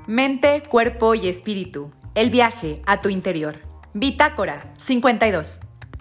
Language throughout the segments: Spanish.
Mente, cuerpo y espíritu. El viaje a tu interior. Bitácora 52.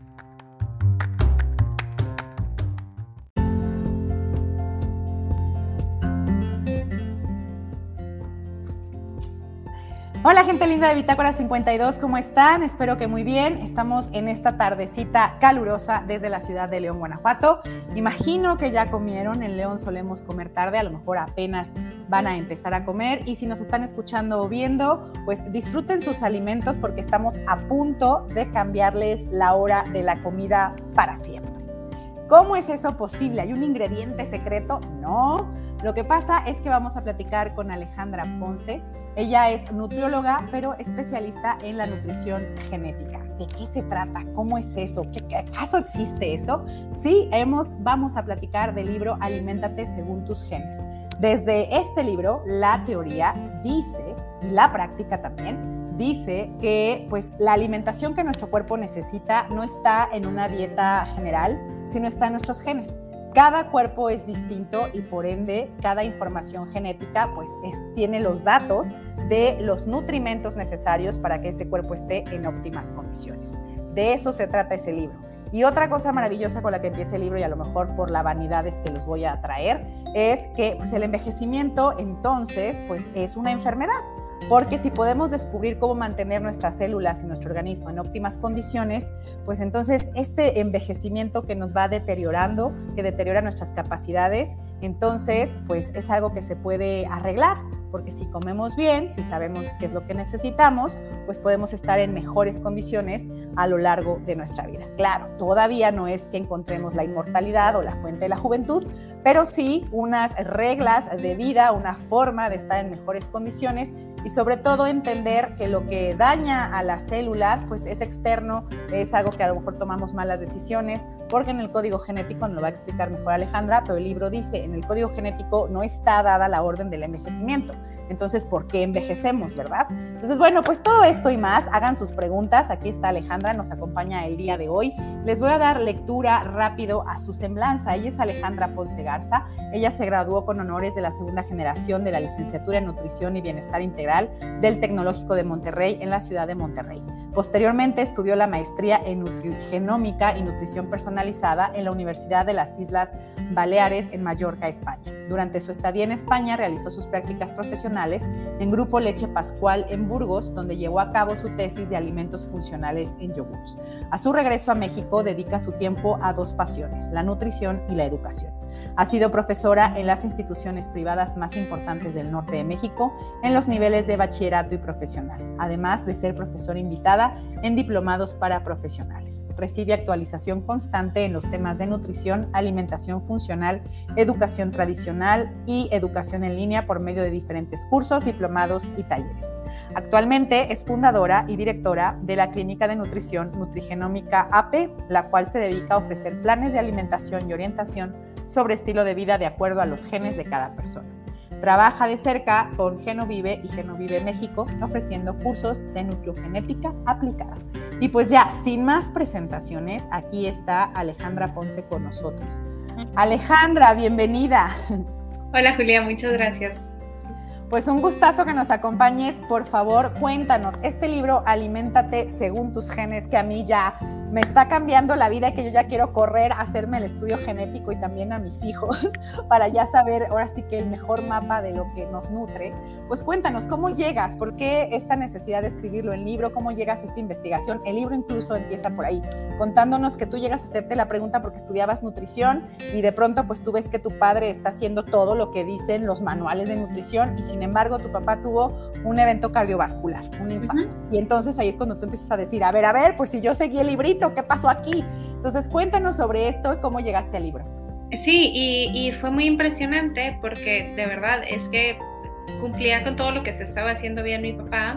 Hola gente linda de Bitácora 52, ¿cómo están? Espero que muy bien. Estamos en esta tardecita calurosa desde la ciudad de León, Guanajuato. Imagino que ya comieron, en León solemos comer tarde, a lo mejor apenas van a empezar a comer, y si nos están escuchando o viendo, pues disfruten sus alimentos porque estamos a punto de cambiarles la hora de la comida para siempre. ¿Cómo es eso posible? ¿Hay un ingrediente secreto? No. Lo que pasa es que vamos a platicar con Alejandra Ponce. Ella es nutrióloga, pero especialista en la nutrición genética. ¿De qué se trata? ¿Cómo es eso? ¿Acaso existe eso? Sí, vamos a platicar del libro Aliméntate según tus genes. Desde este libro, la teoría dice, y la práctica también, dice que pues, la alimentación que nuestro cuerpo necesita no está en una dieta general, sino está en nuestros genes. Cada cuerpo es distinto y por ende cada información genética pues tiene los datos de los nutrimentos necesarios para que ese cuerpo esté en óptimas condiciones. De eso se trata ese libro. Y otra cosa maravillosa con la que empieza el libro, y a lo mejor por la vanidad es que los voy a traer, es que pues, el envejecimiento entonces pues, es una enfermedad. Porque si podemos descubrir cómo mantener nuestras células y nuestro organismo en óptimas condiciones, pues entonces este envejecimiento que nos va deteriorando, que deteriora nuestras capacidades, entonces pues es algo que se puede arreglar. Porque si comemos bien, si sabemos qué es lo que necesitamos, pues podemos estar en mejores condiciones a lo largo de nuestra vida. Claro, todavía no es que encontremos la inmortalidad o la fuente de la juventud, pero sí unas reglas de vida, una forma de estar en mejores condiciones y sobre todo entender que lo que daña a las células pues es externo, es algo que a lo mejor tomamos malas decisiones, porque en el código genético, nos lo va a explicar mejor Alejandra, pero el libro dice, en el código genético no está dada la orden del envejecimiento. Entonces, ¿por qué envejecemos, verdad? Entonces, bueno, pues todo esto y más, hagan sus preguntas. Aquí está Alejandra, nos acompaña el día de hoy. Les voy a dar lectura rápido a su semblanza. Ella es Alejandra Ponce Garza. Ella se graduó con honores de la segunda generación de la licenciatura en Nutrición y Bienestar Integral del Tecnológico de Monterrey en la ciudad de Monterrey. Posteriormente estudió la maestría en Nutrigenómica y Nutrición Personalizada en la Universidad de las Islas Baleares en Mallorca, España. Durante su estadía en España realizó sus prácticas profesionales en Grupo Leche Pascual en Burgos, donde llevó a cabo su tesis de alimentos funcionales en yogurts. A su regreso a México dedica su tiempo a dos pasiones, la nutrición y la educación. Ha sido profesora en las instituciones privadas más importantes del norte de México en los niveles de bachillerato y profesional, además de ser profesora invitada en diplomados para profesionales. Recibe actualización constante en los temas de nutrición, alimentación funcional, educación tradicional y educación en línea por medio de diferentes cursos, diplomados y talleres. Actualmente es fundadora y directora de la Clínica de Nutrición Nutrigenómica AP, la cual se dedica a ofrecer planes de alimentación y orientación sobre estilo de vida de acuerdo a los genes de cada persona. Trabaja de cerca con Genovive y Genovive México, ofreciendo cursos de nutriogenética aplicada. Y pues ya, sin más presentaciones, aquí está Alejandra Ponce con nosotros. Alejandra, bienvenida. Hola Julia, muchas gracias. Pues un gustazo que nos acompañes. Por favor, cuéntanos, este libro Aliméntate según tus genes, que a mí ya me está cambiando la vida y que yo ya quiero correr a hacerme el estudio genético y también a mis hijos para ya saber ahora sí que el mejor mapa de lo que nos nutre. Pues cuéntanos, ¿cómo llegas? ¿Por qué esta necesidad de escribirlo en libro? ¿Cómo llegas a esta investigación? El libro incluso empieza por ahí, contándonos que tú llegas a hacerte la pregunta porque estudiabas nutrición y de pronto pues tú ves que tu padre está haciendo todo lo que dicen los manuales de nutrición y sin embargo tu papá tuvo un evento cardiovascular, un infarto. Y entonces ahí es cuando tú empiezas a decir, a ver, pues si yo seguí el librito, ¿qué pasó aquí? Entonces cuéntanos sobre esto y cómo llegaste al libro. Sí, y fue muy impresionante porque de verdad es que cumplía con todo lo que se estaba haciendo bien mi papá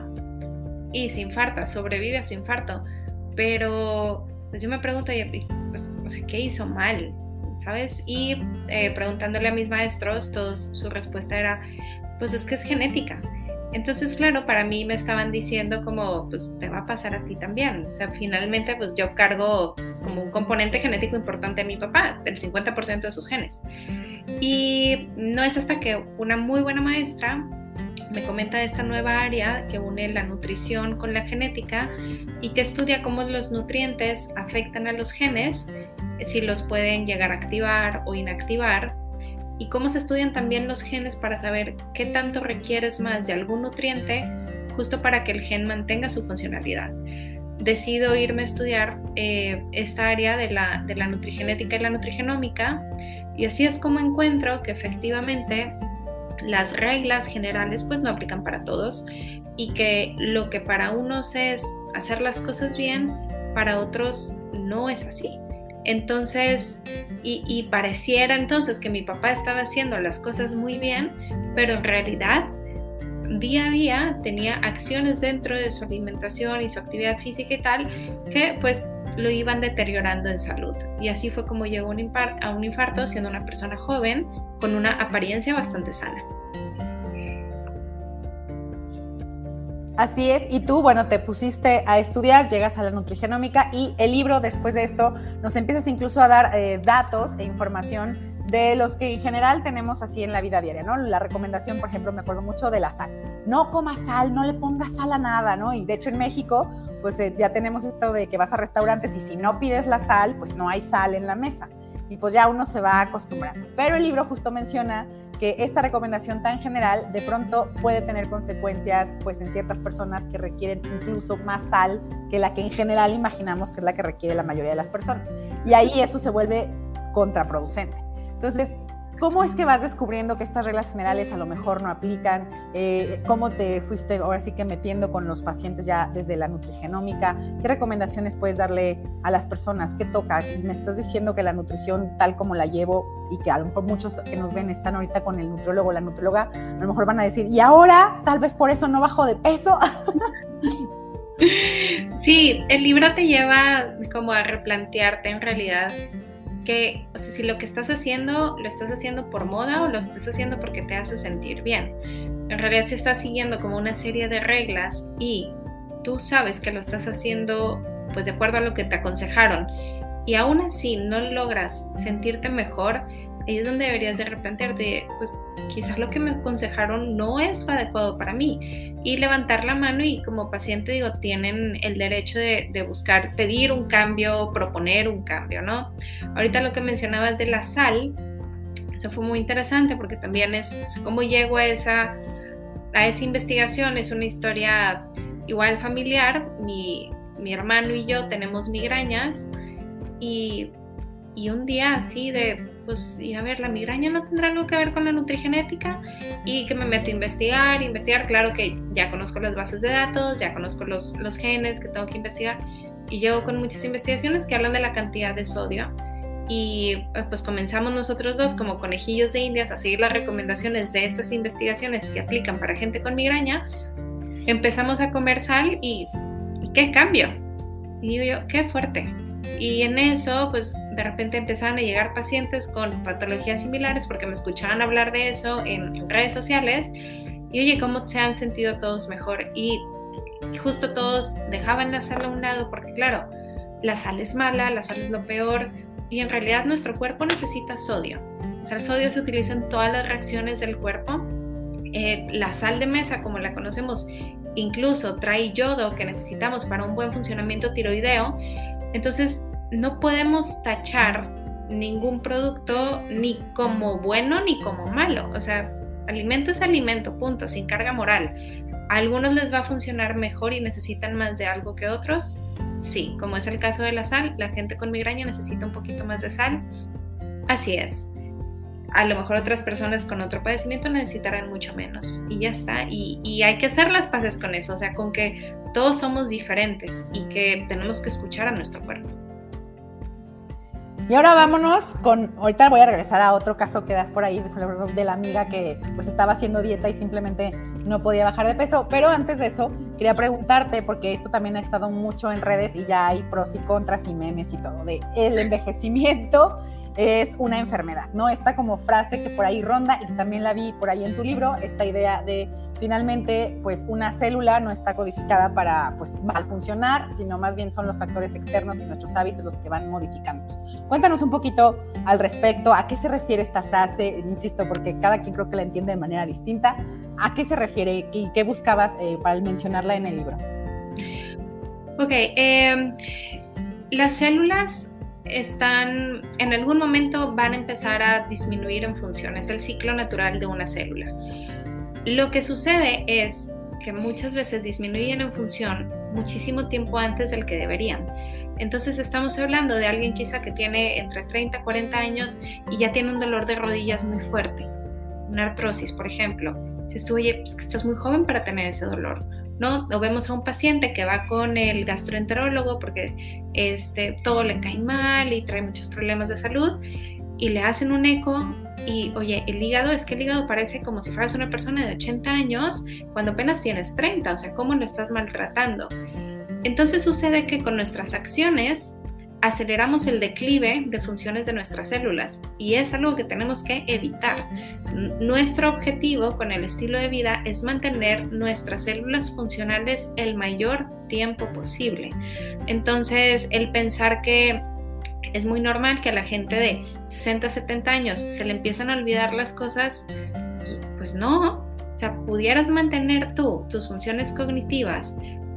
y se infarta, sobrevive a su infarto. Pero pues yo me pregunto, pues, o sea, ¿qué hizo mal? ¿Sabes? Y preguntándole a mis maestros, todos, su respuesta era, pues es que es genética. Entonces, claro, para mí me estaban diciendo como, pues te va a pasar a ti también. O sea, finalmente, pues yo cargo como un componente genético importante a mi papá, del 50% de sus genes. Y no es hasta que una muy buena maestra me comenta de esta nueva área que une la nutrición con la genética y que estudia cómo los nutrientes afectan a los genes, si los pueden llegar a activar o inactivar, y cómo se estudian también los genes para saber qué tanto requieres más de algún nutriente justo para que el gen mantenga su funcionalidad. Decido irme a estudiar esta área de la nutrigenética y la nutrigenómica, y así es como encuentro que efectivamente las reglas generales pues no aplican para todos, y que lo que para unos es hacer las cosas bien, para otros no es así. Entonces, y pareciera entonces que mi papá estaba haciendo las cosas muy bien, pero en realidad día a día tenía acciones dentro de su alimentación y su actividad física y tal que pues lo iban deteriorando en salud. Y así fue como llegó a un infarto siendo una persona joven con una apariencia bastante sana. Así es, y tú, bueno, te pusiste a estudiar, llegas a la nutrigenómica y el libro, después de esto, nos empiezas incluso a dar datos e información de los que en general tenemos así en la vida diaria, ¿no? La recomendación, por ejemplo, me acuerdo mucho de la sal. No comas sal, no le pongas sal a nada, ¿no? Y de hecho en México, pues ya tenemos esto de que vas a restaurantes y si no pides la sal, pues no hay sal en la mesa. Y pues ya uno se va acostumbrando. Pero el libro justo menciona que esta recomendación tan general de pronto puede tener consecuencias pues en ciertas personas que requieren incluso más sal que la que en general imaginamos que es la que requiere la mayoría de las personas. Y ahí eso se vuelve contraproducente. Entonces, ¿cómo es que vas descubriendo que estas reglas generales a lo mejor no aplican? ¿Cómo te fuiste ahora sí que metiendo con los pacientes ya desde la nutrigenómica? ¿Qué recomendaciones puedes darle a las personas? ¿Qué toca? Si me estás diciendo que la nutrición tal como la llevo y que a lo mejor muchos que nos ven están ahorita con el nutriólogo o la nutrióloga, a lo mejor van a decir, ¿y ahora tal vez por eso no bajo de peso? Sí, el libro te lleva como a replantearte en realidad que, o sea, si lo que estás haciendo, lo estás haciendo por moda o lo estás haciendo porque te hace sentir bien. En realidad, si estás siguiendo como una serie de reglas y tú sabes que lo estás haciendo pues de acuerdo a lo que te aconsejaron y aún así no logras sentirte mejor, ahí es donde deberías de replantearte, pues quizás lo que me aconsejaron no es lo adecuado para mí, y levantar la mano y como paciente digo, tienen el derecho de buscar, pedir un cambio, proponer un cambio, ¿no? Ahorita lo que mencionabas de la sal, eso fue muy interesante porque también es, o sea, cómo llego a esa investigación, es una historia igual familiar. Mi hermano y yo tenemos migrañas y un día así de, pues, y a ver, la migraña no tendrá algo que ver con la nutrigenética, y que me meto a investigar, claro que ya conozco las bases de datos, ya conozco los genes que tengo que investigar, y llevo con muchas investigaciones que hablan de la cantidad de sodio, y pues comenzamos nosotros dos como conejillos de indias a seguir las recomendaciones de estas investigaciones que aplican para gente con migraña. Empezamos a comer sal y ¿qué cambio? Y digo yo, qué fuerte. Y en eso, pues de repente empezaron a llegar pacientes con patologías similares porque me escuchaban hablar de eso en redes sociales. Y oye, ¿cómo se han sentido todos mejor? Y justo todos dejaban la sal a un lado porque claro, la sal es mala, la sal es lo peor, y en realidad nuestro cuerpo necesita sodio. O sea, el sodio se utiliza en todas las reacciones del cuerpo. La sal de mesa, como la conocemos, incluso trae yodo que necesitamos para un buen funcionamiento tiroideo. Entonces, no podemos tachar ningún producto ni como bueno ni como malo. O sea, alimento es alimento, punto, sin carga moral. ¿A algunos les va a funcionar mejor y necesitan más de algo que otros? Sí, como es el caso de la sal, la gente con migraña necesita un poquito más de sal. Así es. A lo mejor otras personas con otro padecimiento necesitarán mucho menos y ya está. Y hay que hacer las paces con eso, o sea, con que todos somos diferentes y que tenemos que escuchar a nuestro cuerpo. Y ahora vámonos con, ahorita voy a regresar a otro caso que das por ahí de la amiga que pues estaba haciendo dieta y simplemente no podía bajar de peso, pero antes de eso quería preguntarte, porque esto también ha estado mucho en redes y ya hay pros y contras y memes y todo, de el envejecimiento es una enfermedad, ¿no? Esta como frase que por ahí ronda y que también la vi por ahí en tu libro, esta idea de finalmente pues una célula no está codificada para pues mal funcionar, sino más bien son los factores externos y nuestros hábitos los que van modificándonos. Cuéntanos un poquito al respecto, a qué se refiere esta frase, insisto, porque cada quien creo que la entiende de manera distinta. ¿A qué se refiere y qué buscabas para mencionarla en el libro? Ok, las células en algún momento van a empezar a disminuir en función, es el ciclo natural de una célula. Lo que sucede es que muchas veces disminuyen en función muchísimo tiempo antes del que deberían. Entonces estamos hablando de alguien quizá que tiene entre 30 y 40 años y ya tiene un dolor de rodillas muy fuerte, una artrosis, por ejemplo. Dices tú, oye, pues que estás muy joven para tener ese dolor, ¿no? O vemos a un paciente que va con el gastroenterólogo porque todo le cae mal y trae muchos problemas de salud y le hacen un eco y, oye, el hígado parece como si fueras una persona de 80 años cuando apenas tienes 30, o sea, ¿cómo lo estás maltratando? Entonces sucede que con nuestras acciones aceleramos el declive de funciones de nuestras células y es algo que tenemos que evitar. Nuestro objetivo con el estilo de vida es mantener nuestras células funcionales el mayor tiempo posible. Entonces, el pensar que es muy normal que a la gente de 60, 70 años se le empiezan a olvidar las cosas, pues no. O sea, pudieras mantener tus funciones cognitivas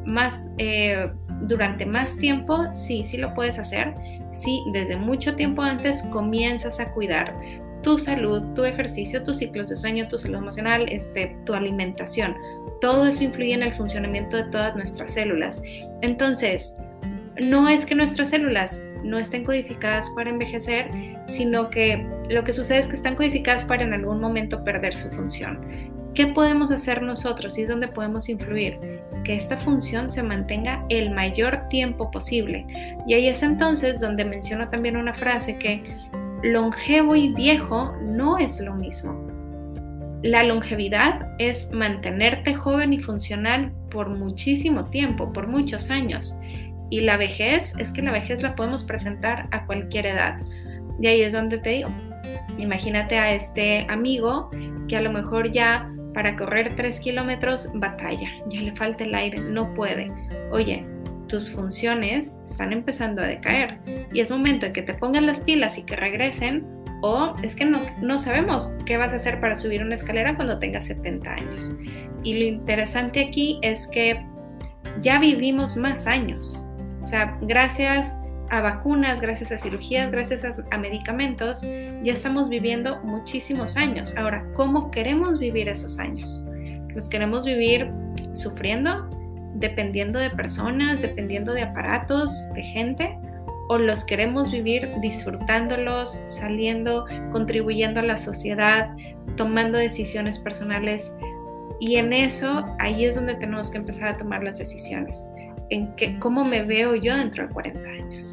durante más tiempo, sí lo puedes hacer. Si desde mucho tiempo antes comienzas a cuidar tu salud, tu ejercicio, tus ciclos de sueño, tu salud emocional, tu alimentación. Todo eso influye en el funcionamiento de todas nuestras células. Entonces, no es que nuestras células no estén codificadas para envejecer, sino que lo que sucede es que están codificadas para en algún momento perder su función. ¿Qué podemos hacer nosotros y es donde podemos influir? Que esta función se mantenga el mayor tiempo posible. Y ahí es entonces donde menciono también una frase que longevo y viejo no es lo mismo. La longevidad es mantenerte joven y funcional por muchísimo tiempo, por muchos años. Y la vejez es que la vejez la podemos presentar a cualquier edad. Y ahí es donde te digo, imagínate a este amigo que a lo mejor ya para correr 3 kilómetros batalla, ya le falta el aire, no puede. Oye, tus funciones están empezando a decaer y es momento de que te pongan las pilas y que regresen, o es que no sabemos qué vas a hacer para subir una escalera cuando tengas 70 años. Y lo interesante aquí es que ya vivimos más años. O sea, gracias a vacunas, gracias a cirugías, gracias a medicamentos, ya estamos viviendo muchísimos años. Ahora, ¿cómo queremos vivir esos años? ¿Los queremos vivir sufriendo, dependiendo de personas, dependiendo de aparatos, de gente? ¿O los queremos vivir disfrutándolos, saliendo, contribuyendo a la sociedad, tomando decisiones personales? Y en eso, ahí es donde tenemos que empezar a tomar las decisiones. ¿Cómo me veo yo dentro de 40 años?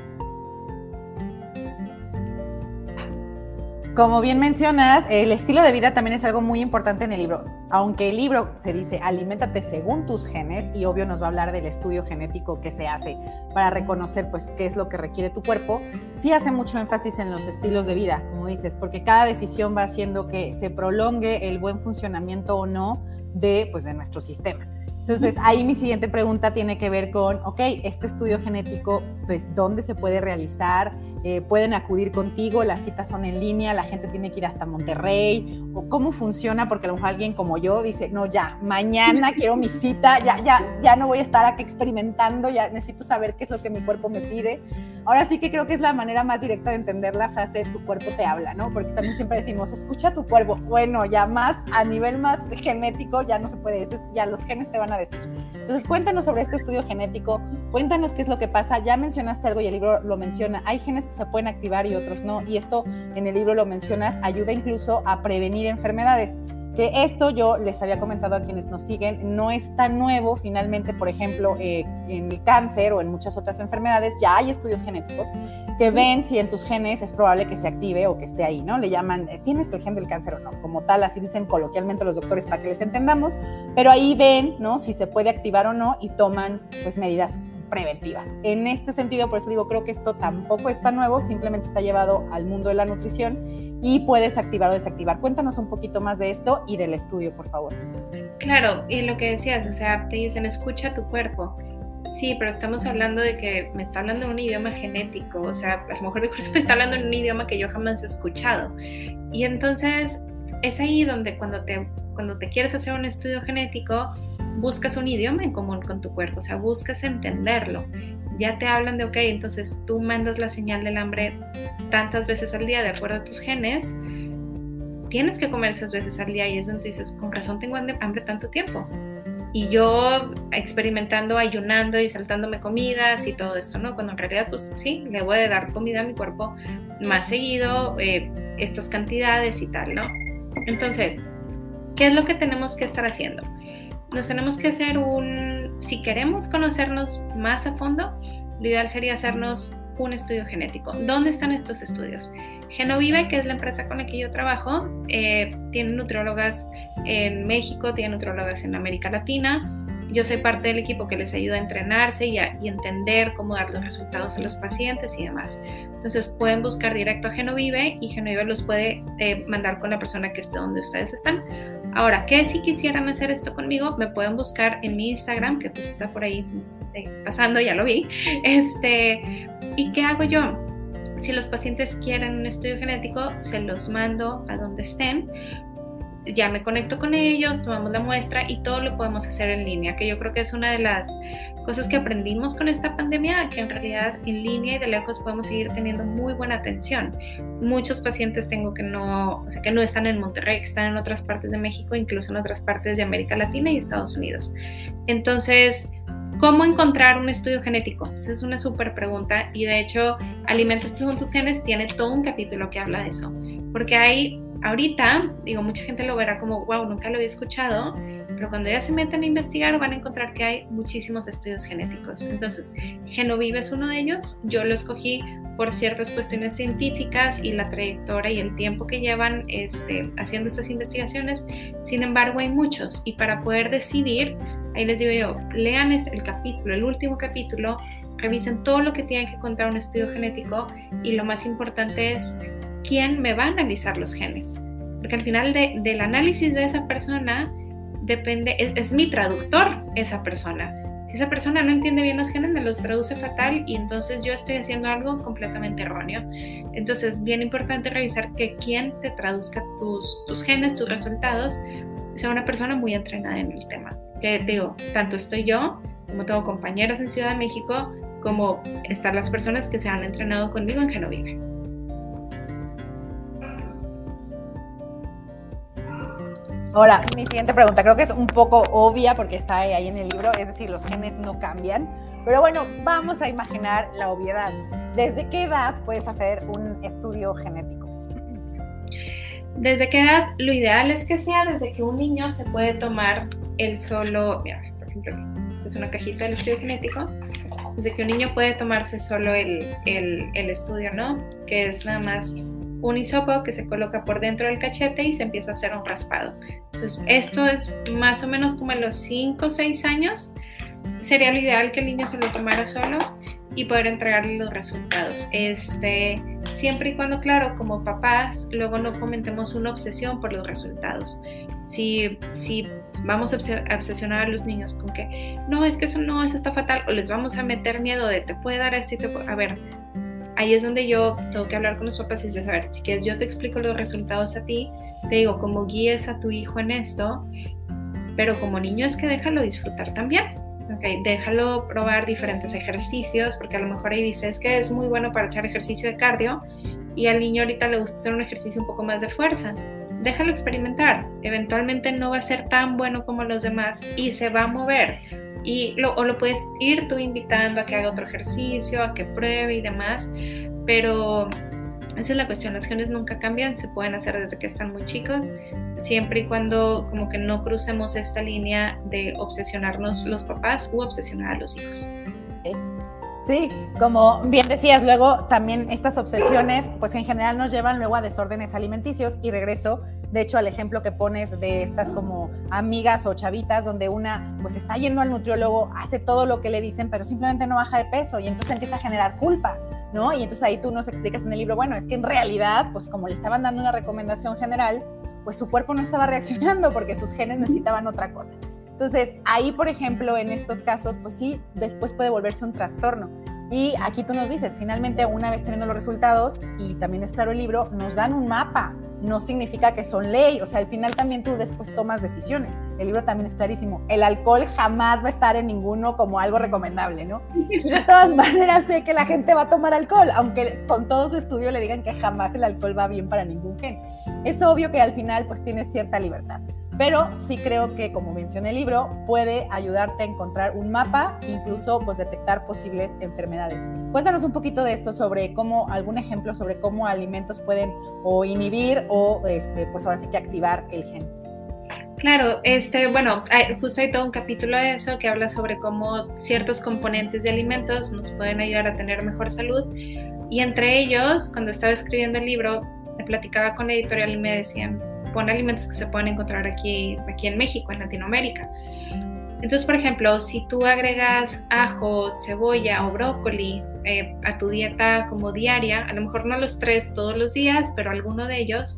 Como bien mencionas, el estilo de vida también es algo muy importante en el libro. Aunque el libro se dice aliméntate según tus genes, y obvio nos va a hablar del estudio genético que se hace para reconocer pues qué es lo que requiere tu cuerpo, sí hace mucho énfasis en los estilos de vida, como dices, porque cada decisión va haciendo que se prolongue el buen funcionamiento o no de nuestro sistema. Entonces, ahí mi siguiente pregunta tiene que ver con, este estudio genético, pues, ¿dónde se puede realizar? ¿Pueden acudir contigo? ¿Las citas son en línea? ¿La gente tiene que ir hasta Monterrey? ¿O cómo funciona? Porque a lo mejor alguien como yo dice, no, ya, mañana quiero mi cita, ya no voy a estar aquí experimentando, ya necesito saber qué es lo que mi cuerpo me pide. Ahora sí que creo que es la manera más directa de entender la frase, tu cuerpo te habla, ¿no? Porque también siempre decimos, escucha tu cuerpo. Bueno, ya más, a nivel más genético, ya no se puede, ya los genes te van a decir. Entonces, cuéntanos sobre este estudio genético, cuéntanos qué es lo que pasa. Ya mencionaste algo y el libro lo menciona, hay genes que se pueden activar y otros no, y esto en el libro lo mencionas, ayuda incluso a prevenir enfermedades. Que esto yo les había comentado a quienes nos siguen, no es tan nuevo. Finalmente, por ejemplo, en el cáncer o en muchas otras enfermedades ya hay estudios genéticos que ven si en tus genes es probable que se active o que esté ahí, ¿no? Le llaman, ¿tienes el gen del cáncer o no? Como tal, así dicen coloquialmente los doctores para que les entendamos, pero ahí ven, ¿no?, si se puede activar o no y toman, pues, medidas preventivas. En este sentido, por eso digo, creo que esto tampoco está nuevo, simplemente está llevado al mundo de la nutrición y puedes activar o desactivar. Cuéntanos un poquito más de esto y del estudio, por favor. Claro, y lo que decías, o sea, te dicen, escucha tu cuerpo. Sí, pero estamos hablando de que me está hablando un idioma genético, o sea, a lo mejor me está hablando en un idioma que yo jamás he escuchado. Y entonces es ahí donde cuando te quieres hacer un estudio genético, buscas un idioma en común con tu cuerpo, o sea, buscas entenderlo. Ya te hablan de, ok, entonces tú mandas la señal del hambre tantas veces al día de acuerdo a tus genes, tienes que comer esas veces al día y es donde dices, con razón tengo hambre tanto tiempo. Y yo experimentando, ayunando y saltándome comidas y todo esto, ¿no? Cuando en realidad, pues sí, le voy a dar comida a mi cuerpo más seguido, estas cantidades y tal, ¿no? Entonces, ¿qué es lo que tenemos que estar haciendo? Nos tenemos que hacer si queremos conocernos más a fondo, lo ideal sería hacernos un estudio genético. ¿Dónde están estos estudios? Genovive, que es la empresa con la que yo trabajo, tiene nutriólogas en México, tiene nutriólogas en América Latina. Yo soy parte del equipo que les ayuda a entrenarse y entender cómo dar los resultados a los pacientes y demás. Entonces pueden buscar directo a Genovive y Genovive los puede mandar con la persona que esté donde ustedes están. Ahora, que si quisieran hacer esto conmigo, me pueden buscar en mi Instagram, que pues está por ahí pasando, ya lo vi. ¿Y qué hago yo? Si los pacientes quieren un estudio genético, se los mando a donde estén. Ya me conecto con ellos, tomamos la muestra y todo lo podemos hacer en línea, que yo creo que es una de las cosas que aprendimos con esta pandemia, que en realidad en línea y de lejos podemos seguir teniendo muy buena atención. Muchos pacientes tengo que no están en Monterrey, que están en otras partes de México, incluso en otras partes de América Latina y Estados Unidos. Entonces, ¿cómo encontrar un estudio genético? Esa es una súper pregunta y de hecho Aliméntate según tus genes tiene todo un capítulo que habla de eso, porque hay ahorita, mucha gente lo verá como, wow, nunca lo había escuchado, pero cuando ya se meten a investigar van a encontrar que hay muchísimos estudios genéticos. Entonces, Genovive es uno de ellos. Yo lo escogí por ciertas cuestiones científicas y la trayectoria y el tiempo que llevan haciendo estas investigaciones. Sin embargo, hay muchos y para poder decidir, ahí les digo yo, lean el último capítulo, revisen todo lo que tiene que contar un estudio genético y lo más importante es quién me va a analizar los genes, porque al final del análisis de esa persona depende, es mi traductor esa persona. Si esa persona no entiende bien los genes, me los traduce fatal y entonces yo estoy haciendo algo completamente erróneo. Entonces, bien importante revisar que quien te traduzca tus genes, tus resultados, sea una persona muy entrenada en el tema. Que digo, tanto estoy yo, como tengo compañeras en Ciudad de México, como están las personas que se han entrenado conmigo en Genovive. Ahora, mi siguiente pregunta, creo que es un poco obvia porque está ahí en el libro, es decir, los genes no cambian, pero bueno, vamos a imaginar la obviedad. ¿Desde qué edad puedes hacer un estudio genético? ¿Desde qué edad? Lo ideal es que sea desde que un niño se puede tomar el solo, mira, por ejemplo, esta es una cajita del estudio genético, desde que un niño puede tomarse solo el estudio, ¿no? Que es nada más un hisopo que se coloca por dentro del cachete y se empieza a hacer un raspado. Entonces, esto es más o menos como a los 5 o 6 años. Sería lo ideal que el niño se lo tomara solo y poder entregarle los resultados. Siempre y cuando, claro, como papás, luego no fomentemos una obsesión por los resultados. Si vamos a obsesionar a los niños con que no, es que eso está fatal, o les vamos a meter miedo de te puede dar esto y a ver, ahí es donde yo tengo que hablar con los papás y decirles, a ver, si quieres yo te explico los resultados a ti, te digo cómo guíes a tu hijo en esto, pero como niño es que déjalo disfrutar también, ¿okay? Déjalo probar diferentes ejercicios, porque a lo mejor ahí dices que es muy bueno para echar ejercicio de cardio y al niño ahorita le gusta hacer un ejercicio un poco más de fuerza. Déjalo experimentar, eventualmente no va a ser tan bueno como los demás y se va a mover. O lo puedes ir tú invitando a que haga otro ejercicio, a que pruebe y demás, pero esa es la cuestión, los genes nunca cambian, se pueden hacer desde que están muy chicos, siempre y cuando como que no crucemos esta línea de obsesionarnos los papás u obsesionar a los hijos. Sí, como bien decías, luego también estas obsesiones pues en general nos llevan luego a desórdenes alimenticios y regreso de hecho al ejemplo que pones de estas como amigas o chavitas donde una pues está yendo al nutriólogo, hace todo lo que le dicen pero simplemente no baja de peso y entonces empieza a generar culpa, ¿no? Y entonces ahí tú nos explicas en el libro, bueno, es que en realidad pues como le estaban dando una recomendación general, pues su cuerpo no estaba reaccionando porque sus genes necesitaban otra cosa. Entonces, ahí, por ejemplo, en estos casos, pues sí, después puede volverse un trastorno. Y aquí tú nos dices, finalmente, una vez teniendo los resultados, y también es claro el libro, nos dan un mapa, no significa que son ley, o sea, al final también tú después tomas decisiones. El libro también es clarísimo, el alcohol jamás va a estar en ninguno como algo recomendable, ¿no? Y de todas maneras sé que la gente va a tomar alcohol, aunque con todo su estudio le digan que jamás el alcohol va bien para ningún gen. Es obvio que al final pues tienes cierta libertad, pero sí creo que, como menciona el libro, puede ayudarte a encontrar un mapa, incluso pues detectar posibles enfermedades. Cuéntanos un poquito de esto, sobre cómo, algún ejemplo sobre cómo alimentos pueden o inhibir o pues ahora sí que activar el gen. Claro, bueno, justo hay todo un capítulo de eso que habla sobre cómo ciertos componentes de alimentos nos pueden ayudar a tener mejor salud, y entre ellos, cuando estaba escribiendo el libro, me platicaba con la editorial y me decían, pon alimentos que se pueden encontrar aquí en México, en Latinoamérica. Entonces, por ejemplo, si tú agregas ajo, cebolla o brócoli a tu dieta como diaria, a lo mejor no los 3 todos los días, pero alguno de ellos,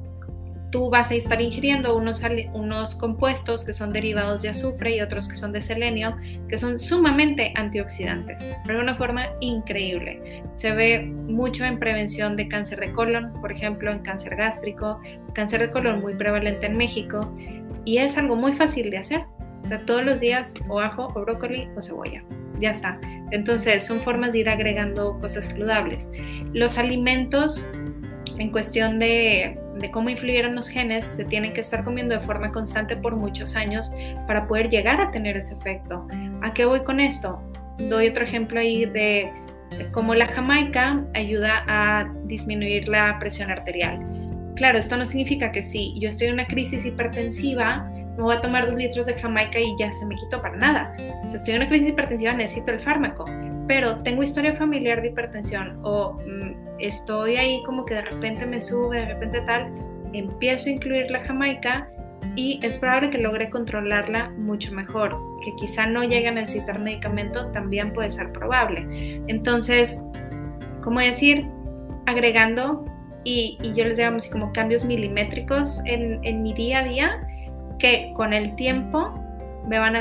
tú vas a estar ingiriendo unos compuestos que son derivados de azufre y otros que son de selenio, que son sumamente antioxidantes, pero de una forma increíble. Se ve mucho en prevención de cáncer de colon, por ejemplo, en cáncer gástrico, cáncer de colon muy prevalente en México, y es algo muy fácil de hacer. O sea, todos los días o ajo o brócoli o cebolla. Ya está. Entonces, son formas de ir agregando cosas saludables. Los alimentos, en cuestión de cómo influyeron los genes, se tienen que estar comiendo de forma constante por muchos años para poder llegar a tener ese efecto. ¿A qué voy con esto? Doy otro ejemplo ahí de cómo la jamaica ayuda a disminuir la presión arterial. Claro, esto no significa que si yo estoy en una crisis hipertensiva, me voy a tomar 2 litros de jamaica y ya se me quitó para nada. Si estoy en una crisis hipertensiva, necesito el fármaco. Pero tengo historia familiar de hipertensión o estoy ahí como que de repente me sube, de repente tal, empiezo a incluir la jamaica y es probable que logre controlarla mucho mejor. Que quizá no llegue a necesitar medicamento también puede ser probable. Entonces, como decir, agregando y yo les llamo así como cambios milimétricos en mi día a día, que con el tiempo me van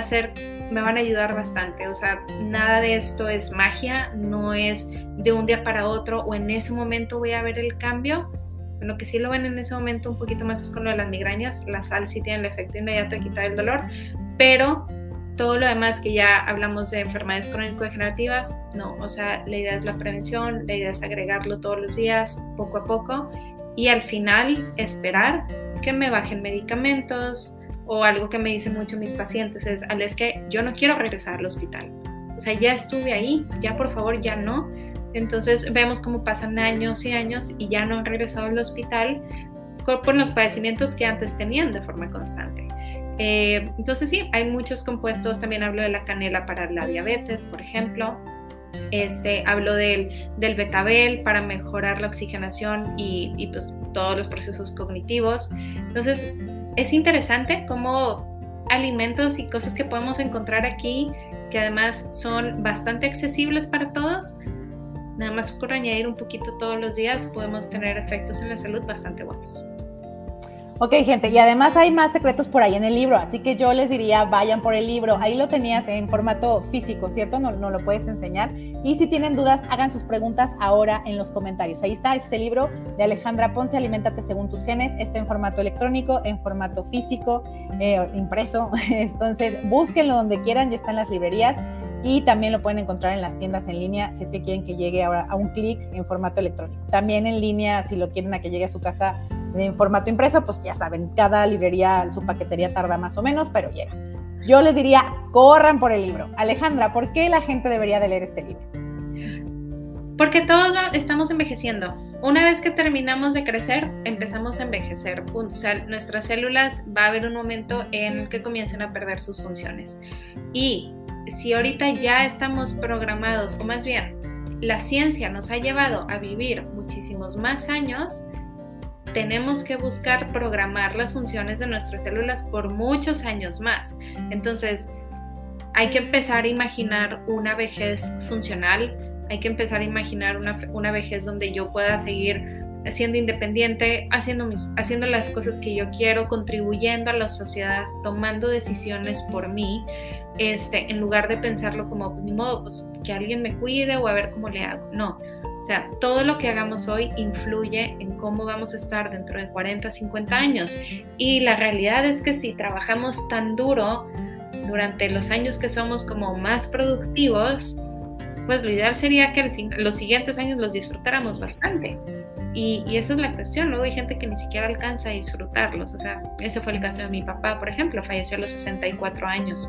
a ayudar bastante. O sea, nada de esto es magia, no es de un día para otro o en ese momento voy a ver el cambio. Lo que sí lo ven en ese momento un poquito más es con lo de las migrañas. La sal sí tiene el efecto inmediato de quitar el dolor, pero todo lo demás que ya hablamos de enfermedades crónico-degenerativas, no. O sea, la idea es la prevención, la idea es agregarlo todos los días, poco a poco, y al final esperar que me bajen medicamentos. O algo que me dicen mucho mis pacientes es que yo no quiero regresar al hospital. O sea, ya estuve ahí, ya por favor, ya no. Entonces vemos cómo pasan años y años y ya no han regresado al hospital por los padecimientos que antes tenían de forma constante. Entonces sí, hay muchos compuestos. También hablo de la canela para la diabetes, por ejemplo. Hablo del betabel para mejorar la oxigenación y pues todos los procesos cognitivos. Entonces, es interesante cómo alimentos y cosas que podemos encontrar aquí, que además son bastante accesibles para todos, nada más por añadir un poquito todos los días, podemos tener efectos en la salud bastante buenos. Ok, gente, y además hay más secretos por ahí en el libro, así que yo les diría, vayan por el libro. Ahí lo tenías en formato físico, ¿cierto? No lo puedes enseñar. Y si tienen dudas, hagan sus preguntas ahora en los comentarios. Ahí está, este libro de Alejandra Ponce, Aliméntate según tus genes. Está en formato electrónico, en formato físico, impreso. Entonces, búsquenlo donde quieran, ya está en las librerías. Y también lo pueden encontrar en las tiendas en línea, si es que quieren que llegue ahora a un clic en formato electrónico. También en línea, si lo quieren a que llegue a su casa en formato impreso, pues ya saben, cada librería, su paquetería tarda más o menos, pero llega. Yo les diría, corran por el libro. Alejandra, ¿por qué la gente debería de leer este libro? Porque todos estamos envejeciendo. Una vez que terminamos de crecer, empezamos a envejecer, punto. O sea, nuestras células va a haber un momento en el que comiencen a perder sus funciones. Y si ahorita ya estamos programados, o más bien, la ciencia nos ha llevado a vivir muchísimos más años, tenemos que buscar programar las funciones de nuestras células por muchos años más. Entonces, hay que empezar a imaginar una vejez funcional, hay que empezar a imaginar una vejez donde yo pueda seguir siendo independiente, haciendo las cosas que yo quiero, contribuyendo a la sociedad, tomando decisiones por mí, en lugar de pensarlo como, pues, ni modo, pues que alguien me cuide o a ver cómo le hago. No, o sea, todo lo que hagamos hoy influye en cómo vamos a estar dentro de 40, 50 años. Y la realidad es que si trabajamos tan duro durante los años que somos como más productivos, pues lo ideal sería que los siguientes años los disfrutáramos bastante. Y esa es la cuestión. Luego hay gente que ni siquiera alcanza a disfrutarlos. O sea, ese fue el caso de mi papá, por ejemplo. Falleció a los 64 años.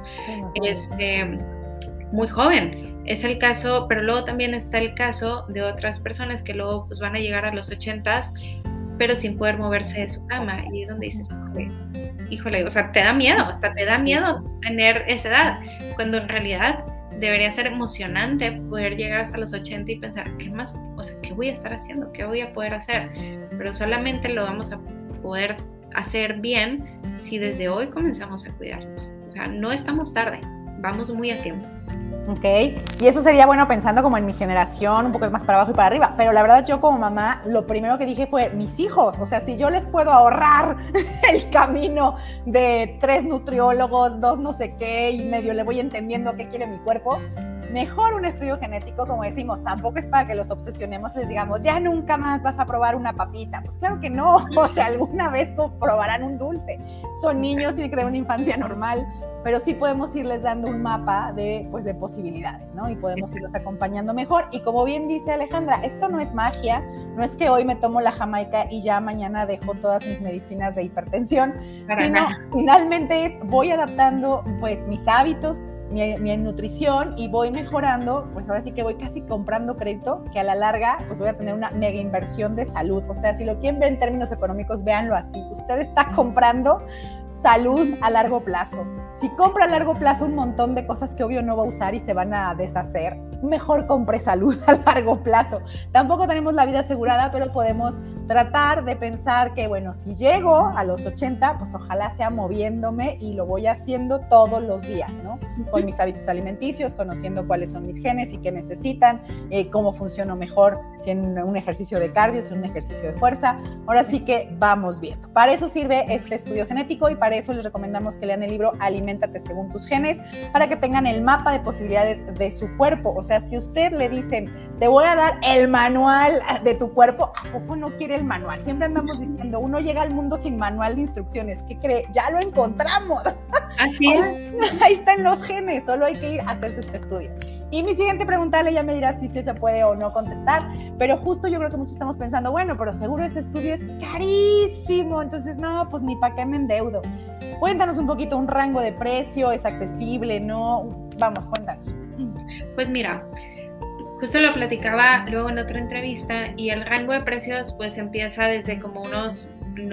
Muy joven. Es el caso, pero luego también está el caso de otras personas que luego pues, van a llegar a los 80s, pero sin poder moverse de su cama. Y es donde dices, híjole, o sea, te da miedo, hasta te da miedo tener esa edad, cuando en realidad debería ser emocionante poder llegar hasta los 80 y pensar, ¿qué más? O sea, ¿qué voy a estar haciendo? ¿Qué voy a poder hacer? Pero solamente lo vamos a poder hacer bien si desde hoy comenzamos a cuidarnos. O sea, no estamos tarde, vamos muy a tiempo. Ok, y eso sería bueno pensando como en mi generación, un poco más para abajo y para arriba, pero la verdad yo como mamá, lo primero que dije fue mis hijos, o sea, si yo les puedo ahorrar el camino de 3 nutriólogos, 2 no sé qué, y medio le voy entendiendo qué quiere mi cuerpo, mejor un estudio genético, como decimos, tampoco es para que los obsesionemos, les digamos, ya nunca más vas a probar una papita, pues claro que no, o sea, alguna vez probarán un dulce, son niños, tienen que tener una infancia normal, pero sí podemos irles dando un mapa de posibilidades, ¿no? Y podemos irlos acompañando mejor. Y como bien dice Alejandra, esto no es magia, no es que hoy me tomo la jamaica y ya mañana dejo todas mis medicinas de hipertensión, sino finalmente voy adaptando pues mis hábitos, mi nutrición y voy mejorando, pues ahora sí que voy casi comprando crédito, que a la larga pues voy a tener una mega inversión de salud. O sea, si lo quieren ver en términos económicos, véanlo así. Usted está comprando salud a largo plazo. Si compra a largo plazo un montón de cosas que obvio no va a usar y se van a deshacer, mejor compre salud a largo plazo. Tampoco tenemos la vida asegurada, pero podemos tratar de pensar que, bueno, si llego a los 80, pues ojalá sea moviéndome y lo voy haciendo todos los días, ¿no? Con mis hábitos alimenticios, conociendo cuáles son mis genes y qué necesitan, cómo funciono mejor, si en un ejercicio de cardio, si en un ejercicio de fuerza. Ahora sí que vamos viendo. Para eso sirve este estudio genético y para eso les recomendamos que lean el libro Aliméntate según tus genes, para que tengan el mapa de posibilidades de su cuerpo. O sea, si usted le dicen, te voy a dar el manual de tu cuerpo, ¿a poco no quiere el manual? Siempre andamos diciendo, uno llega al mundo sin manual de instrucciones. ¿Qué cree? Ya lo encontramos. Así es. Ahí están los genes, solo hay que ir a hacerse este estudio. Y mi siguiente pregunta, ella me dirá si se puede o no contestar, pero justo yo creo que muchos estamos pensando, bueno, pero seguro ese estudio es carísimo, entonces no, pues ni para qué me endeudo. Cuéntanos un poquito, un rango de precio, ¿es accesible? ¿No? Vamos, cuéntanos. Pues mira, justo lo platicaba luego en otra entrevista y el rango de precios pues empieza desde como unos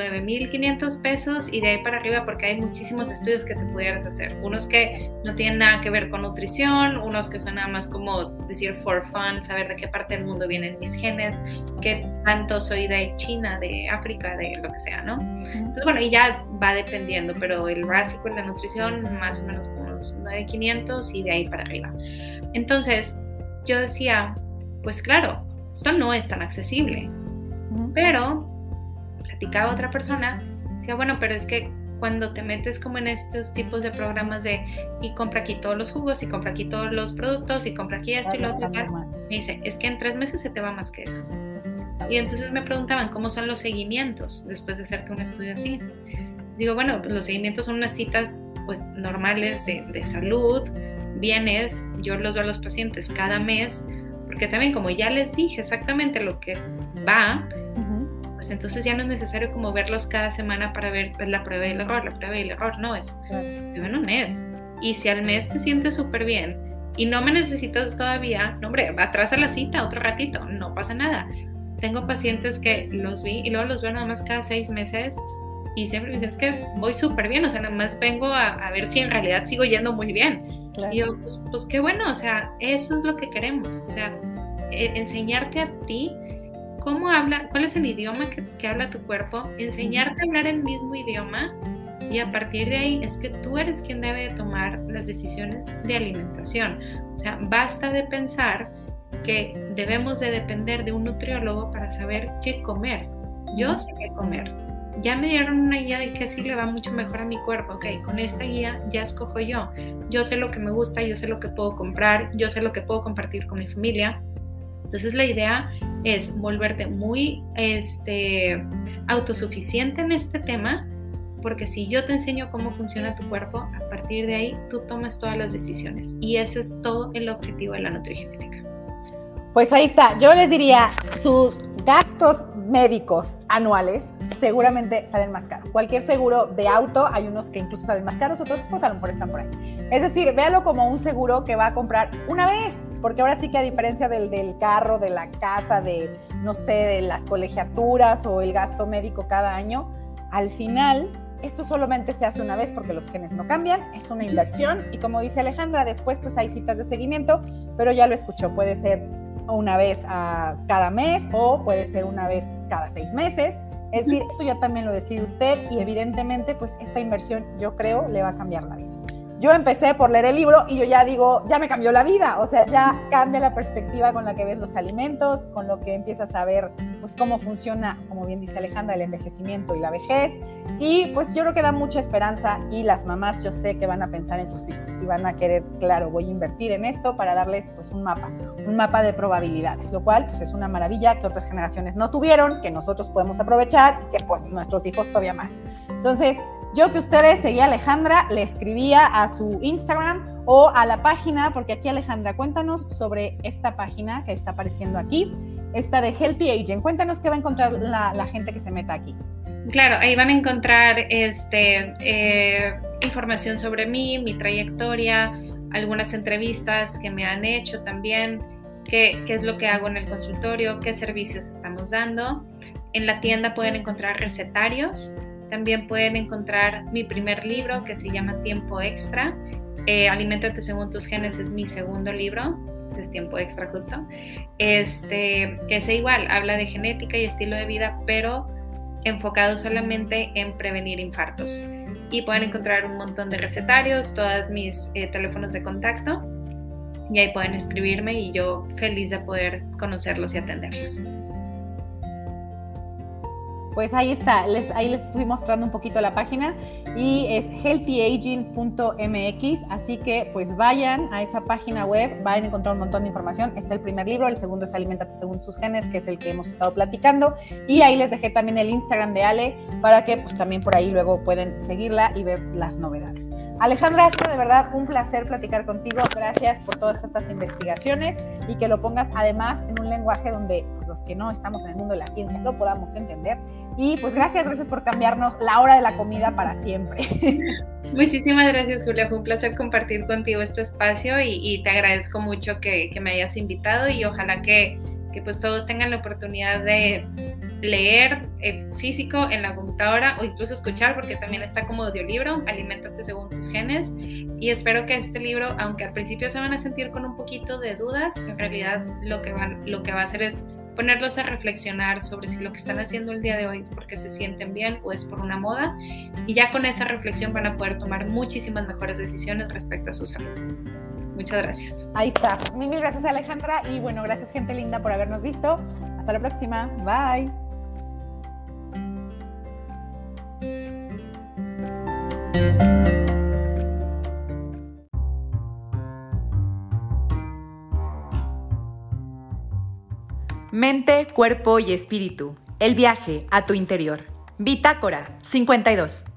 9,500 pesos y de ahí para arriba, porque hay muchísimos estudios que te pudieras hacer, unos que no tienen nada que ver con nutrición, unos que son nada más como decir for fun, saber de qué parte del mundo vienen mis genes, qué tanto soy de China, de África, de lo que sea, ¿no? Entonces bueno, y ya va dependiendo, pero el básico en la nutrición más o menos como unos 9,500 y de ahí para arriba. Entonces yo decía, pues claro, esto no es tan accesible, pero platicaba otra persona, decía, bueno, pero es que cuando te metes como en estos tipos de programas de y compra aquí todos los jugos, y compra aquí todos los productos, y compra aquí esto y lo otro, me dice, es que en 3 meses se te va más que eso. Y entonces me preguntaban, ¿cómo son los seguimientos después de hacerte un estudio así? Digo, bueno, pues los seguimientos son unas citas pues normales de salud, vienes, yo los doy a los pacientes cada mes, porque también como ya les dije exactamente lo que va, pues entonces ya no es necesario como verlos cada semana para ver la prueba y el error, no es, en un mes. Y si al mes te sientes súper bien y no me necesitas todavía, no hombre, atrasa la cita otro ratito, no pasa nada. Tengo pacientes que los vi y luego los veo nada más cada 6 meses y siempre me dicen, es que voy súper bien, o sea, nada más vengo a ver si en realidad sigo yendo muy bien. Claro. Y yo, pues qué bueno, o sea, eso es lo que queremos, o sea, enseñarte a ti cómo habla, cuál es el idioma que habla tu cuerpo, enseñarte a hablar el mismo idioma y a partir de ahí es que tú eres quien debe de tomar las decisiones de alimentación. O sea, basta de pensar que debemos de depender de un nutriólogo para saber qué comer. Yo sé qué comer. Ya me dieron una guía de que sí le va mucho mejor a mi cuerpo. Ok, con esta guía ya escojo yo. Yo sé lo que me gusta, yo sé lo que puedo comprar, yo sé lo que puedo compartir con mi familia. Entonces la idea es volverte muy autosuficiente en este tema, porque si yo te enseño cómo funciona tu cuerpo, a partir de ahí tú tomas todas las decisiones. Y ese es todo el objetivo de la nutrigenética. Pues ahí está. Yo les diría, sus gastos médicos anuales seguramente salen más caros. Cualquier seguro de auto, hay unos que incluso salen más caros, otros pues a lo mejor están por ahí. Es decir, véalo como un seguro que va a comprar una vez, porque ahora sí que a diferencia del carro, de la casa, de, no sé, de las colegiaturas o el gasto médico cada año, al final esto solamente se hace una vez porque los genes no cambian, es una inversión y como dice Alejandra, después pues hay citas de seguimiento, pero ya lo escuchó, puede ser una vez cada mes o puede ser una vez cada 6 meses. Es decir, eso ya también lo decide usted y evidentemente pues esta inversión yo creo le va a cambiar la vida. Yo empecé por leer el libro y yo ya digo, ya me cambió la vida, o sea, ya cambia la perspectiva con la que ves los alimentos, con lo que empiezas a ver pues cómo funciona, como bien dice Alejandra, el envejecimiento y la vejez. Y pues yo creo que da mucha esperanza y las mamás yo sé que van a pensar en sus hijos y van a querer, claro, voy a invertir en esto para darles pues un mapa de probabilidades, lo cual pues es una maravilla que otras generaciones no tuvieron, que nosotros podemos aprovechar y que pues nuestros hijos todavía más. Entonces, yo que ustedes seguía a Alejandra, le escribía a su Instagram o a la página, porque aquí Alejandra, cuéntanos sobre esta página que está apareciendo aquí, esta de Healthy Aging. Cuéntanos qué va a encontrar la gente que se meta aquí. Claro, ahí van a encontrar información sobre mí, mi trayectoria, algunas entrevistas que me han hecho también, qué es lo que hago en el consultorio, qué servicios estamos dando. En la tienda pueden encontrar recetarios. También pueden encontrar mi primer libro que se llama Tiempo Extra. Aliméntate según tus genes es mi segundo libro, es Tiempo Extra justo. Que es igual, habla de genética y estilo de vida, pero enfocado solamente en prevenir infartos. Y pueden encontrar un montón de recetarios, todos mis teléfonos de contacto, y ahí pueden escribirme y yo feliz de poder conocerlos y atenderlos. Pues ahí está, ahí les fui mostrando un poquito la página y es healthyaging.mx, así que pues vayan a esa página web, van a encontrar un montón de información. Está el primer libro, el segundo es Aliméntate según tus genes, que es el que hemos estado platicando, y ahí les dejé también el Instagram de Ale para que pues también por ahí luego pueden seguirla y ver las novedades. Alejandra, ha sido de verdad un placer platicar contigo, gracias por todas estas investigaciones y que lo pongas además en un lenguaje donde pues, los que no estamos en el mundo de la ciencia lo podamos entender. Y pues gracias por cambiarnos la hora de la comida para siempre. Muchísimas gracias, Julia. Fue un placer compartir contigo este espacio y te agradezco mucho que me hayas invitado y ojalá que pues todos tengan la oportunidad de leer físico en la computadora o incluso escuchar, porque también está como audiolibro, Aliméntate según tus genes, y espero que este libro, aunque al principio se van a sentir con un poquito de dudas, en realidad lo que va a hacer es ponerlos a reflexionar sobre si lo que están haciendo el día de hoy es porque se sienten bien o es por una moda, y ya con esa reflexión van a poder tomar muchísimas mejores decisiones respecto a su salud. Muchas gracias. Ahí está. Mil gracias, Alejandra, y bueno, gracias gente linda por habernos visto. Hasta la próxima. Bye. Mente, cuerpo y espíritu. El viaje a tu interior. Bitácora 52.